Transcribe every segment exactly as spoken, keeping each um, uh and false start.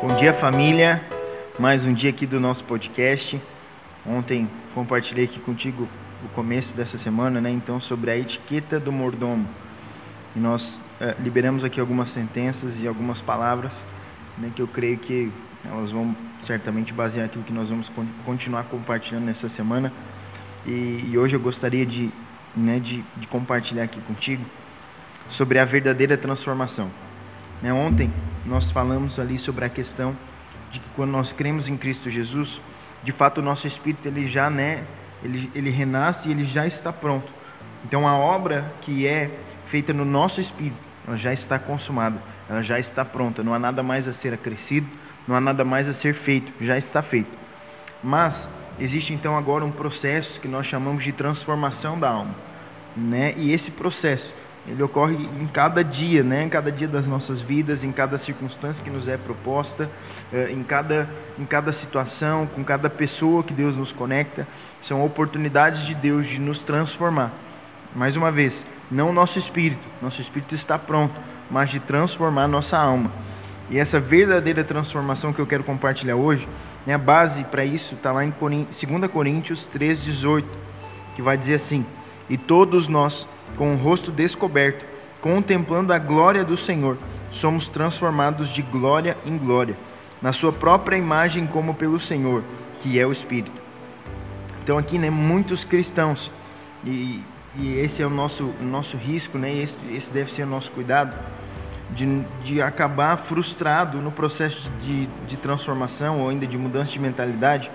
Bom dia, família. Mais um dia aqui do nosso podcast. Ontem compartilhei aqui contigo o começo dessa semana, né? Então, sobre a etiqueta do mordomo. E nós é, liberamos aqui algumas sentenças e algumas palavras, né, que eu creio que elas vão certamente basear aquilo que nós vamos con- continuar compartilhando nessa semana. E, e hoje eu gostaria de, né, de, de compartilhar aqui contigo sobre a verdadeira transformação. Né, ontem nós falamos ali sobre a questão de que quando nós cremos em Cristo Jesus, de fato o nosso espírito ele já, né, ele, ele renasce e ele já está pronto. Então a obra que é feita no nosso espírito, ela já está consumada, ela já está pronta, não há nada mais a ser acrescido, não há nada mais a ser feito, já está feito. Mas existe então agora um processo que nós chamamos de transformação da alma, né? E esse processo ele ocorre em cada dia, né? Em cada dia das nossas vidas, em cada circunstância que nos é proposta, em cada, em cada situação, com cada pessoa que Deus nos conecta. São oportunidades de Deus de nos transformar. Mais uma vez, não o nosso espírito, nosso espírito está pronto, mas de transformar nossa alma. E essa verdadeira transformação que eu quero compartilhar hoje, né, a base para isso está lá em dois Coríntios três, dezoito, que vai dizer assim: e todos nós, com o rosto descoberto, contemplando a glória do Senhor, somos transformados de glória em glória, na sua própria imagem como pelo Senhor, que é o Espírito. Então aqui, né, muitos cristãos, e, e esse é o nosso, o nosso risco, né, esse, esse deve ser o nosso cuidado, de, de acabar frustrado no processo de, de transformação ou ainda de mudança de mentalidade,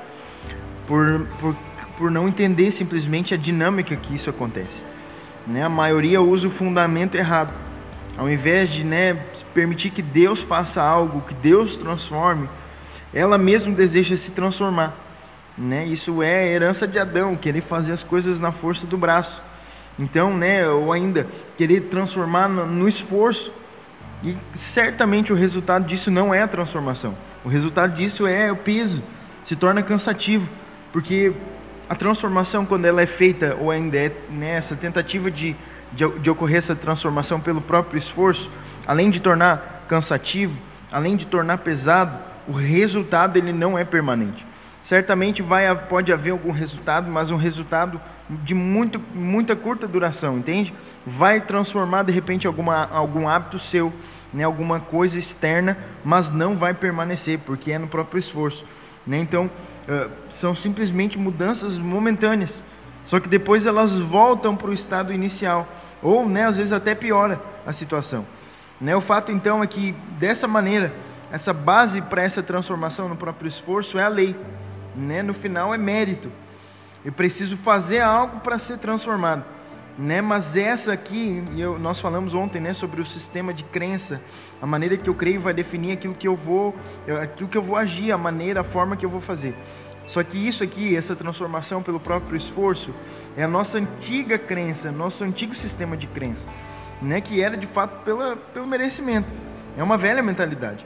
por, por, por não entender simplesmente a dinâmica que isso acontece. Né, a maioria usa o fundamento errado. Ao invés de, né, permitir que Deus faça algo, que Deus transforme, ela mesma deseja se transformar. Né? Isso é herança de Adão, querer fazer as coisas na força do braço. Então, né, ou ainda querer transformar no, no esforço. E certamente o resultado disso não é a transformação. O resultado disso é o peso, se torna cansativo, porque a transformação, quando ela é feita, ou ainda é, né, essa tentativa de, de, de ocorrer essa transformação pelo próprio esforço, além de tornar cansativo, além de tornar pesado, o resultado ele não é permanente. Certamente vai, pode haver algum resultado, mas um resultado de muito, muita curta duração, entende? Vai transformar de repente alguma, algum hábito seu, né, alguma coisa externa, mas não vai permanecer, porque é no próprio esforço. Né? Então, uh, são simplesmente mudanças momentâneas, só que depois elas voltam para o estado inicial, ou, né, às vezes até piora a situação. Né? O fato então é que dessa maneira, essa base para essa transformação no próprio esforço é a lei. Né? No final é mérito, eu preciso fazer algo para ser transformado. Né? Mas essa aqui, eu, nós falamos ontem, né, sobre o sistema de crença, a maneira que eu creio vai definir aquilo que eu vou, aquilo que eu vou agir, a maneira, a forma que eu vou fazer. Só que isso aqui, essa transformação pelo próprio esforço, é a nossa antiga crença, nosso antigo sistema de crença, né, que era de fato pela, pelo merecimento, é uma velha mentalidade.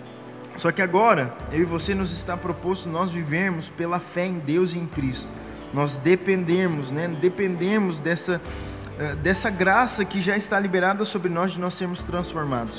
Só que agora, eu e você nos está proposto nós vivermos pela fé em Deus e em Cristo. Nós dependemos, né? dependemos dessa, dessa graça que já está liberada sobre nós de nós sermos transformados.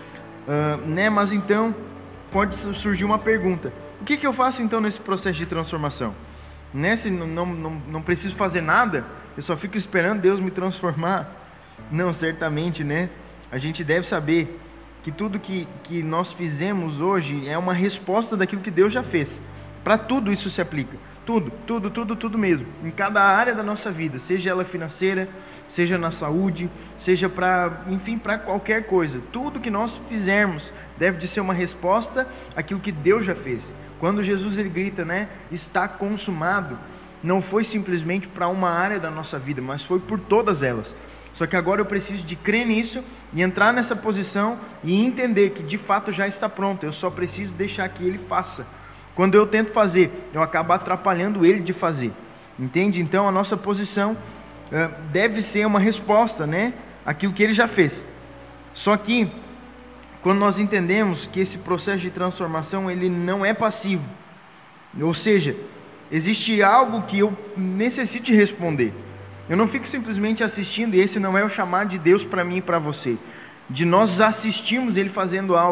Uh, né? Mas então, pode surgir uma pergunta: o que, que eu faço então nesse processo de transformação? Né? Se não, não, não, não preciso fazer nada, eu só fico esperando Deus me transformar? Não, certamente, né? A gente deve saber que tudo que, que nós fizemos hoje é uma resposta daquilo que Deus já fez. Para tudo isso se aplica. Tudo, tudo, tudo, tudo mesmo. Em cada área da nossa vida, seja ela financeira, seja na saúde, seja para, enfim, para qualquer coisa. Tudo que nós fizermos deve de ser uma resposta àquilo que Deus já fez. Quando Jesus ele grita, né, está consumado, não foi simplesmente para uma área da nossa vida, mas foi por todas elas. Só que agora eu preciso de crer nisso e entrar nessa posição e entender que de fato já está pronto. Eu só preciso deixar que Ele faça. Quando eu tento fazer, eu acabo atrapalhando Ele de fazer. Entende? Então a nossa posição uh, deve ser uma resposta, né, àquilo que Ele já fez. Só que quando nós entendemos que esse processo de transformação ele não é passivo, ou seja, existe algo que eu necessito responder. Eu não fico simplesmente assistindo, e esse não é o chamado de Deus para mim e para você, de nós assistirmos Ele fazendo algo,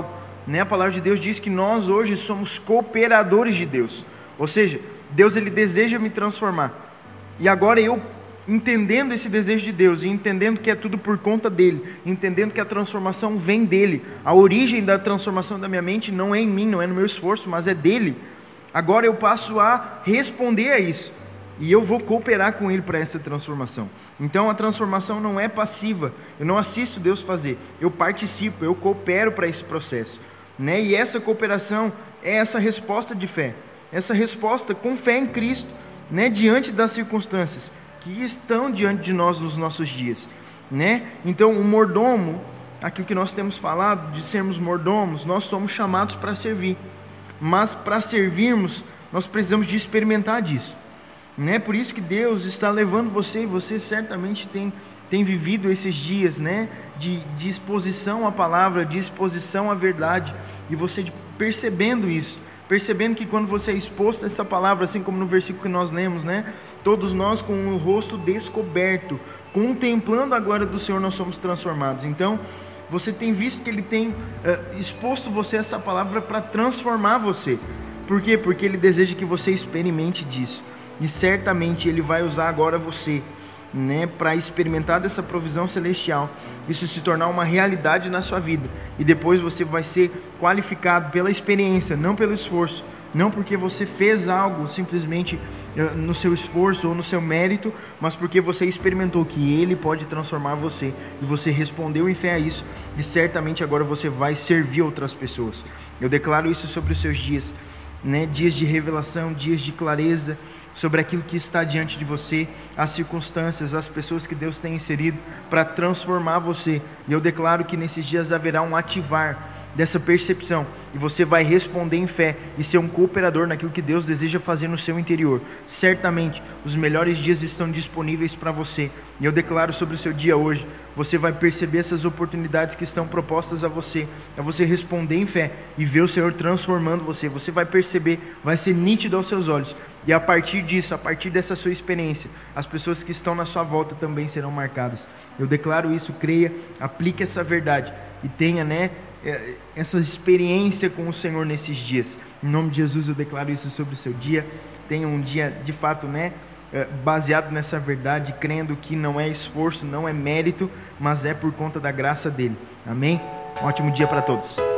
né? A palavra de Deus diz que nós hoje somos cooperadores de Deus, ou seja, Deus ele deseja me transformar, e agora eu, entendendo esse desejo de Deus, e entendendo que é tudo por conta dele, entendendo que a transformação vem dele, a origem da transformação da minha mente não é em mim, não é no meu esforço, mas é dele, agora eu passo a responder a isso, e eu vou cooperar com ele para essa transformação. Então a transformação não é passiva, eu não assisto Deus fazer, eu participo, eu coopero para esse processo, né? E essa cooperação é essa resposta de fé, essa resposta com fé em Cristo, né? Diante das circunstâncias que estão diante de nós nos nossos dias, né? Então o mordomo, aquilo que nós temos falado de sermos mordomos, nós somos chamados para servir, mas para servirmos nós precisamos de experimentar disso, né? Por isso que Deus está levando você, e você certamente tem, tem vivido esses dias, né? de, de exposição à palavra, de exposição à verdade, e você de, percebendo isso, percebendo que quando você é exposto a essa palavra, assim como no versículo que nós lemos, né? Todos nós com o rosto descoberto, contemplando a glória do Senhor, nós somos transformados. Então você tem visto que Ele tem uh, exposto você a essa palavra para transformar você. Por quê? Porque Ele deseja que você experimente disso, e certamente Ele vai usar agora você, né, para experimentar dessa provisão celestial, isso se tornar uma realidade na sua vida, e depois você vai ser qualificado pela experiência, não pelo esforço, não porque você fez algo simplesmente uh, no seu esforço ou no seu mérito, mas porque você experimentou que Ele pode transformar você, e você respondeu em fé a isso, e certamente agora você vai servir outras pessoas. Eu declaro isso sobre os seus dias, né, dias de revelação, dias de clareza sobre aquilo que está diante de você, as circunstâncias, as pessoas que Deus tem inserido para transformar você. E eu declaro que nesses dias haverá um ativar dessa percepção, e você vai responder em fé e ser um cooperador naquilo que Deus deseja fazer no seu interior. Certamente os melhores dias estão disponíveis para você, e eu declaro sobre o seu dia hoje, você vai perceber essas oportunidades que estão propostas a você, a você responder em fé e ver o Senhor transformando você. Você vai perceber, vai ser nítido aos seus olhos, e a partir disso, a partir dessa sua experiência, as pessoas que estão na sua volta também serão marcadas. Eu declaro isso, creia, aplique essa verdade e tenha, né, essa experiência com o Senhor nesses dias. Em nome de Jesus eu declaro isso sobre o seu dia. Tenha um dia de fato, né, baseado nessa verdade, crendo que não é esforço, não é mérito, mas é por conta da graça dele. Amém? Um ótimo dia para todos.